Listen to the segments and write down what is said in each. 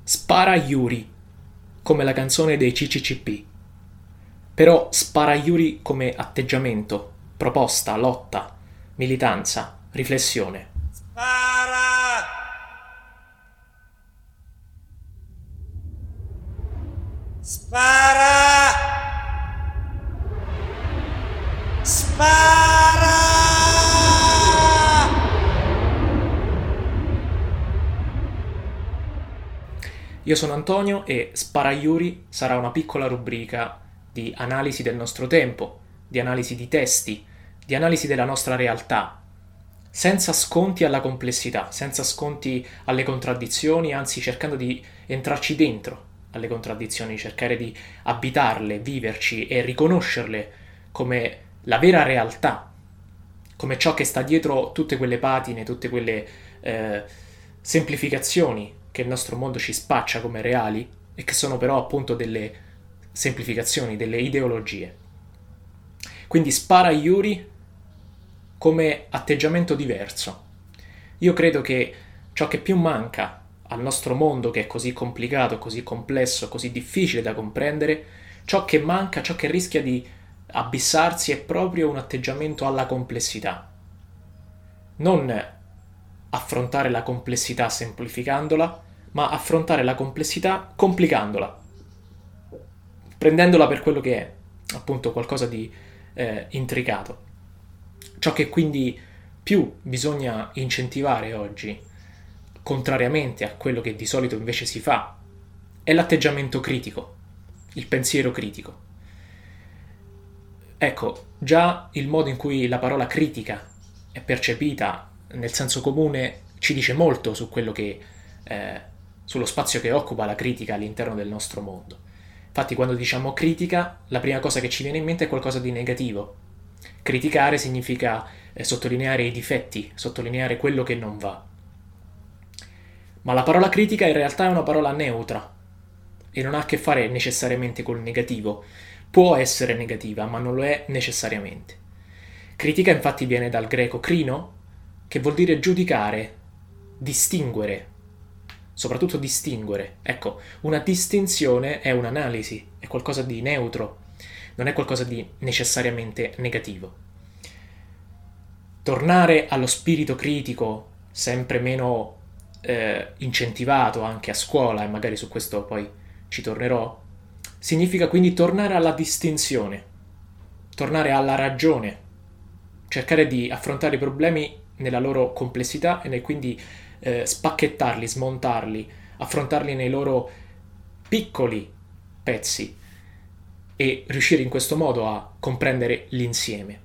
Spara Yuri, come la canzone dei CCCP. Però spara Yuri come atteggiamento, proposta, lotta, militanza, riflessione. Spara! Spara! Spara! Io sono Antonio e Spara Yuri sarà una piccola rubrica di analisi del nostro tempo, di analisi di testi, di analisi della nostra realtà, senza sconti alla complessità, senza sconti alle contraddizioni, anzi cercando di entrarci dentro alle contraddizioni, cercare di abitarle, viverci e riconoscerle come la vera realtà, come ciò che sta dietro tutte quelle patine, tutte quelle semplificazioni che il nostro mondo ci spaccia come reali e che sono però appunto delle semplificazioni, delle ideologie. Quindi spara Yuri come atteggiamento diverso. Io credo che ciò che più manca al nostro mondo, che è così complicato, così complesso, così difficile da comprendere, ciò che manca, ciò che rischia di abissarsi è proprio un atteggiamento alla complessità. Non affrontare la complessità semplificandola, ma affrontare la complessità complicandola, prendendola per quello che è, appunto qualcosa di intricato. Ciò che quindi più bisogna incentivare oggi, contrariamente a quello che di solito invece si fa, è l'atteggiamento critico, il pensiero critico. Ecco, già il modo in cui la parola critica è percepita nel senso comune ci dice molto su quello che sullo spazio che occupa la critica all'interno del nostro mondo. Infatti quando diciamo critica, la prima cosa che ci viene in mente è qualcosa di negativo. Criticare significa sottolineare i difetti, sottolineare quello che non va. Ma la parola critica in realtà è una parola neutra e non ha a che fare necessariamente col negativo. Può essere negativa, ma non lo è necessariamente. Critica infatti viene dal greco krino, che vuol dire giudicare, distinguere, soprattutto distinguere. Ecco, una distinzione è un'analisi, è qualcosa di neutro, non è qualcosa di necessariamente negativo. Tornare allo spirito critico, sempre meno incentivato anche a scuola, e magari su questo poi ci tornerò, significa quindi tornare alla distinzione, tornare alla ragione, cercare di affrontare i problemi nella loro complessità e quindi spacchettarli, smontarli, affrontarli nei loro piccoli pezzi e riuscire in questo modo a comprendere l'insieme.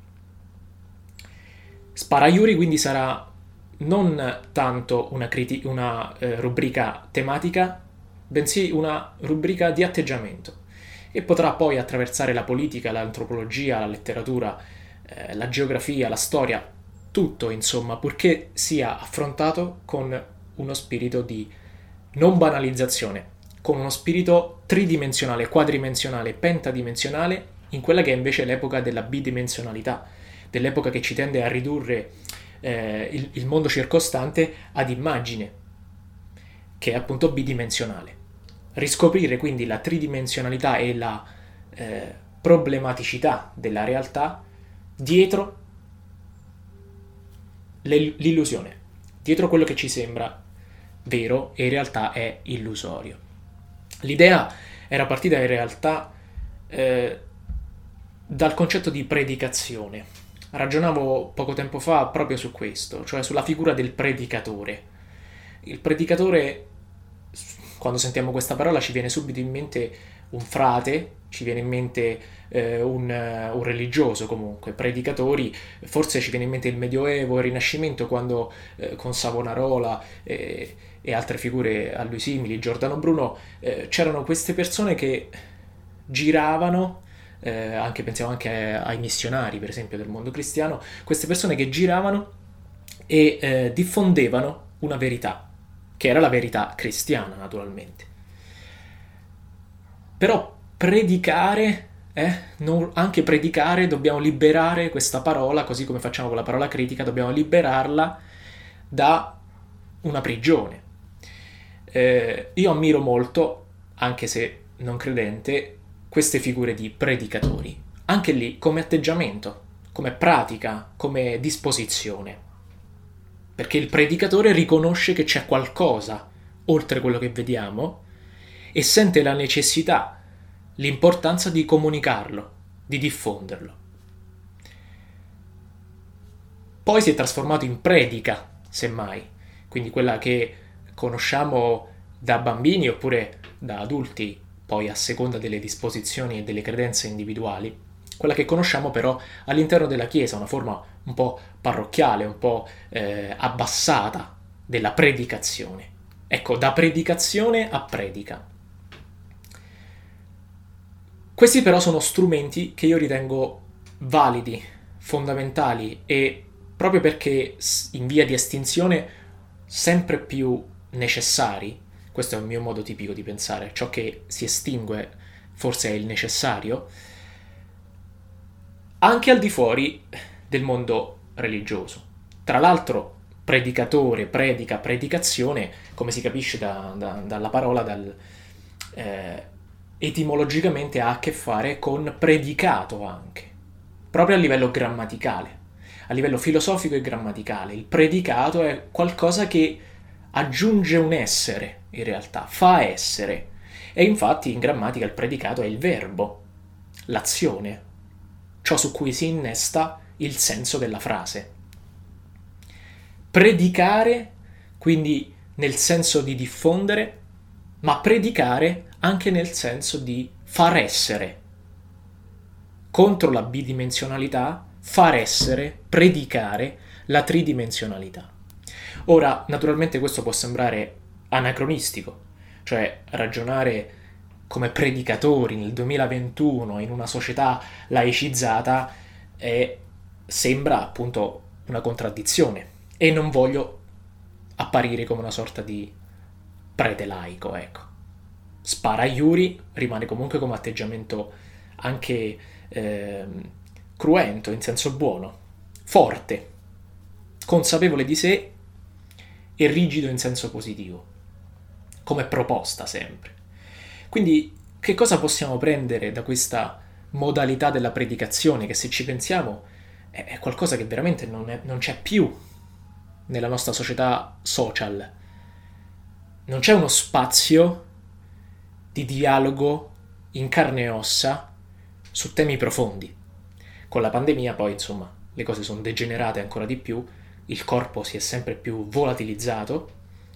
Spara Yuri quindi sarà non tanto una rubrica tematica, bensì una rubrica di atteggiamento e potrà poi attraversare la politica, l'antropologia, la letteratura, la geografia, la storia, tutto insomma, purché sia affrontato con uno spirito di non banalizzazione, con uno spirito tridimensionale, quadridimensionale, pentadimensionale, in quella che è invece l'epoca della bidimensionalità, dell'epoca che ci tende a ridurre il mondo circostante ad immagine, che è appunto bidimensionale. Riscoprire quindi la tridimensionalità e la problematicità della realtà dietro l'illusione, dietro quello che ci sembra vero e in realtà è illusorio. L'idea era partita in realtà dal concetto di predicazione. Ragionavo poco tempo fa proprio su questo, cioè sulla figura del predicatore. Il predicatore, quando sentiamo questa parola ci viene subito in mente un frate, ci viene in mente un religioso comunque, predicatori, forse ci viene in mente il Medioevo, il Rinascimento, quando con Savonarola e altre figure a lui simili, Giordano Bruno, c'erano queste persone che giravano, anche pensiamo anche ai missionari per esempio del mondo cristiano, queste persone che giravano e diffondevano una verità, che era la verità cristiana naturalmente. Però predicare, anche predicare, dobbiamo liberare questa parola, così come facciamo con la parola critica, dobbiamo liberarla da una prigione. io ammiro molto, anche se non credente, queste figure di predicatori, anche lì come atteggiamento, come pratica, come disposizione, perché il predicatore riconosce che c'è qualcosa oltre quello che vediamo e sente la necessità, l'importanza di comunicarlo, di diffonderlo. Poi si è trasformato in predica, semmai, quindi quella che conosciamo da bambini oppure da adulti, poi a seconda delle disposizioni e delle credenze individuali, quella che conosciamo però all'interno della Chiesa, una forma un po' parrocchiale, un po' abbassata della predicazione. Ecco, da predicazione a predica. Questi però sono strumenti che io ritengo validi, fondamentali e proprio perché in via di estinzione sempre più necessari, questo è un mio modo tipico di pensare, ciò che si estingue forse è il necessario, anche al di fuori del mondo religioso. Tra l'altro, predicatore, predica, predicazione, come si capisce dalla parola, etimologicamente ha a che fare con predicato anche, proprio a livello grammaticale, a livello filosofico e grammaticale. Il predicato è qualcosa che aggiunge un essere, in realtà, fa essere. E infatti in grammatica il predicato è il verbo, l'azione, ciò su cui si innesta il senso della frase. Predicare, quindi nel senso di diffondere, ma predicare anche nel senso di far essere. Contro la bidimensionalità, far essere, predicare la tridimensionalità. Ora, naturalmente questo può sembrare anacronistico, cioè ragionare come predicatori nel 2021 in una società laicizzata sembra appunto una contraddizione e non voglio apparire come una sorta di prete laico, ecco. Spara iuri rimane comunque come atteggiamento anche cruento in senso buono, forte, consapevole di sé e rigido in senso positivo, come proposta sempre. Quindi che cosa possiamo prendere da questa modalità della predicazione che, se ci pensiamo, è qualcosa che veramente non c'è più nella nostra società social? Non c'è uno spazio di dialogo in carne e ossa su temi profondi. Con la pandemia poi, insomma, le cose sono degenerate ancora di più, il corpo si è sempre più volatilizzato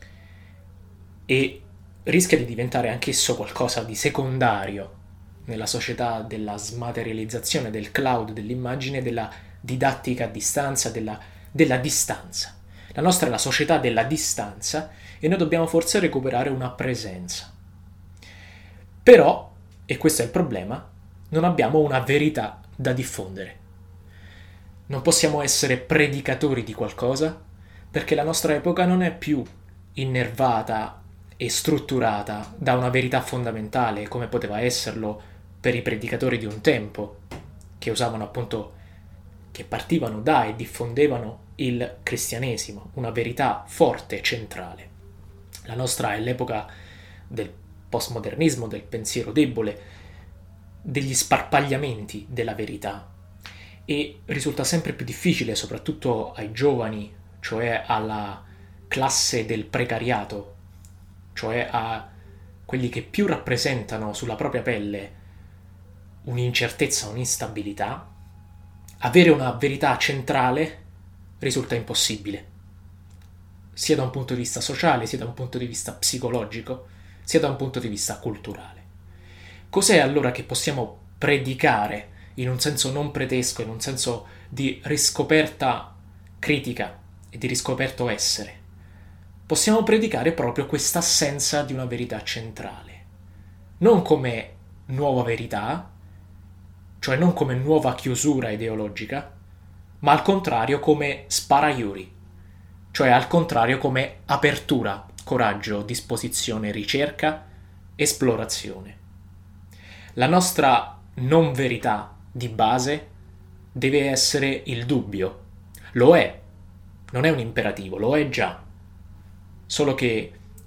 e rischia di diventare anch'esso qualcosa di secondario nella società della smaterializzazione, del cloud, dell'immagine, della didattica a distanza, della distanza. La nostra è la società della distanza e noi dobbiamo forse recuperare una presenza. Però, e questo è il problema, non abbiamo una verità da diffondere. Non possiamo essere predicatori di qualcosa perché la nostra epoca non è più innervata e strutturata da una verità fondamentale come poteva esserlo per i predicatori di un tempo, che usavano appunto, che partivano da e diffondevano il cristianesimo, una verità forte e centrale. La nostra è l'epoca del postmodernismo, del pensiero debole, degli sparpagliamenti della verità, e risulta sempre più difficile, soprattutto ai giovani, cioè alla classe del precariato, cioè a quelli che più rappresentano sulla propria pelle un'incertezza, un'instabilità, avere una verità centrale risulta impossibile, sia da un punto di vista sociale, sia da un punto di vista psicologico, sia da un punto di vista culturale. Cos'è allora che possiamo predicare in un senso non pretesco, in un senso di riscoperta critica e di riscoperto essere? Possiamo predicare proprio questa assenza di una verità centrale, non come nuova verità, cioè non come nuova chiusura ideologica, ma al contrario come sparaiuri, cioè al contrario come apertura, coraggio, disposizione, ricerca, esplorazione. La nostra non verità di base deve essere il dubbio. Lo è, non è un imperativo, lo è già. Solo che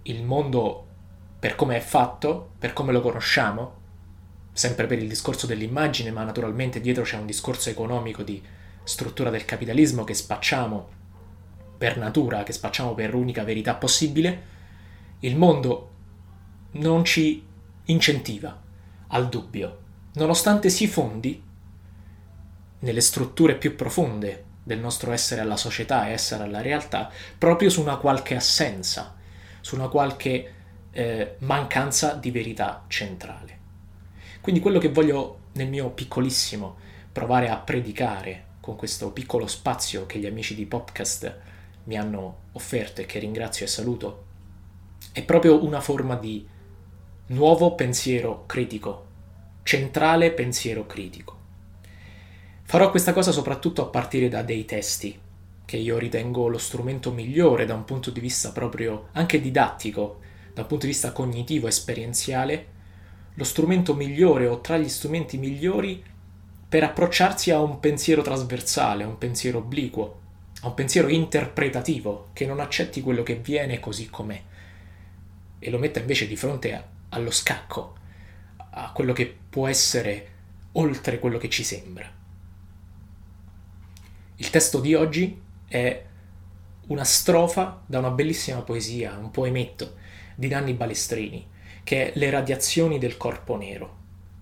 il mondo per come è fatto, per come lo conosciamo, sempre per il discorso dell'immagine, ma naturalmente dietro c'è un discorso economico di struttura del capitalismo che spacciamo per natura, che spacciamo per unica verità possibile, il mondo non ci incentiva al dubbio, nonostante si fondi nelle strutture più profonde del nostro essere alla società e essere alla realtà, proprio su una qualche assenza, su una qualche mancanza di verità centrale. Quindi quello che voglio nel mio piccolissimo provare a predicare con questo piccolo spazio che gli amici di Popcast mi hanno offerto e che ringrazio e saluto, è proprio una forma di nuovo pensiero critico, centrale pensiero critico. Farò questa cosa soprattutto a partire da dei testi, che io ritengo lo strumento migliore da un punto di vista proprio anche didattico, da un punto di vista cognitivo, esperienziale, lo strumento migliore o tra gli strumenti migliori per approcciarsi a un pensiero trasversale, a un pensiero obliquo, a un pensiero interpretativo, che non accetti quello che viene così com'è e lo metta invece di fronte allo scacco, a quello che può essere oltre quello che ci sembra. Il testo di oggi è una strofa da una bellissima poesia, un poemetto di Nanni Balestrini, che è Le radiazioni del corpo nero.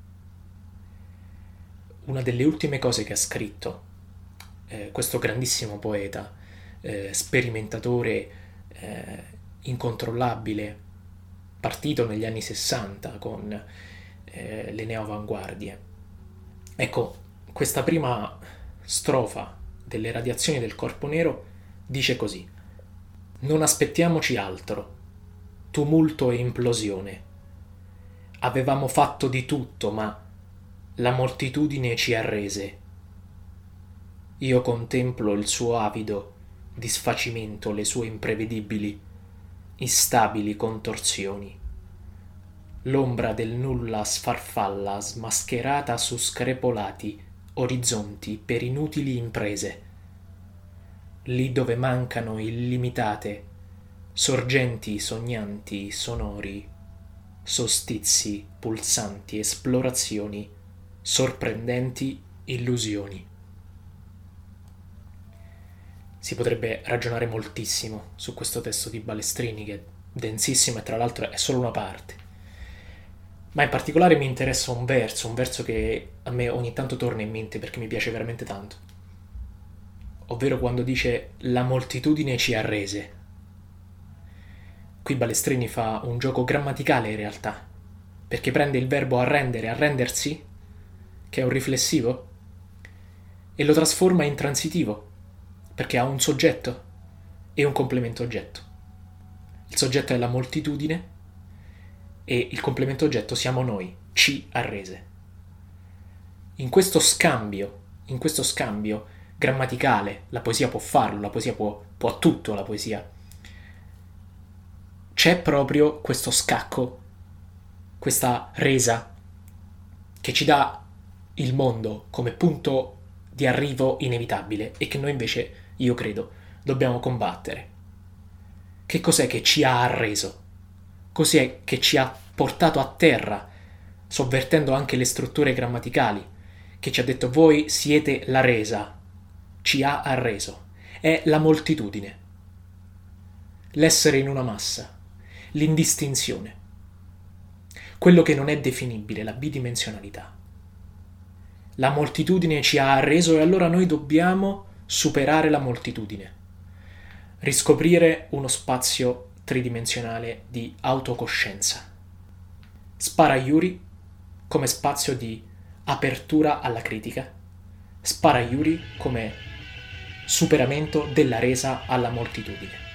Una delle ultime cose che ha scritto questo grandissimo poeta, sperimentatore incontrollabile, partito negli anni 60 con le neoavanguardie. Ecco, questa prima strofa delle radiazioni del corpo nero dice così: non aspettiamoci altro, tumulto e implosione. Avevamo fatto di tutto, ma la moltitudine ci ha rese. Io contemplo il suo avido disfacimento, le sue imprevedibili, instabili contorsioni. L'ombra del nulla sfarfalla smascherata su screpolati orizzonti per inutili imprese. Lì dove mancano illimitate sorgenti sognanti sonori, solstizi pulsanti, esplorazioni, sorprendenti illusioni. Si potrebbe ragionare moltissimo su questo testo di Balestrini, che è densissimo e tra l'altro è solo una parte. Ma in particolare mi interessa un verso che a me ogni tanto torna in mente perché mi piace veramente tanto. Ovvero quando dice la moltitudine ci ha rese. Qui Balestrini fa un gioco grammaticale in realtà, perché prende il verbo arrendere, arrendersi, che è un riflessivo, e lo trasforma in transitivo, perché ha un soggetto e un complemento oggetto. Il soggetto è la moltitudine e il complemento oggetto siamo noi, ci arrese. In questo scambio grammaticale, la poesia può farlo, la poesia può tutto, la poesia. C'è proprio questo scacco, questa resa che ci dà il mondo come punto di arrivo inevitabile e che noi invece, io credo, dobbiamo combattere. Che cos'è che ci ha arreso? Cos'è che ci ha portato a terra, sovvertendo anche le strutture grammaticali, che ci ha detto voi siete la resa, ci ha arreso? È la moltitudine, l'essere in una massa, l'indistinzione, quello che non è definibile, la bidimensionalità. La moltitudine ci ha arreso e allora noi dobbiamo superare la moltitudine, riscoprire uno spazio tridimensionale di autocoscienza. Spara Iuri come spazio di apertura alla critica, spara Iuri come superamento della resa alla moltitudine.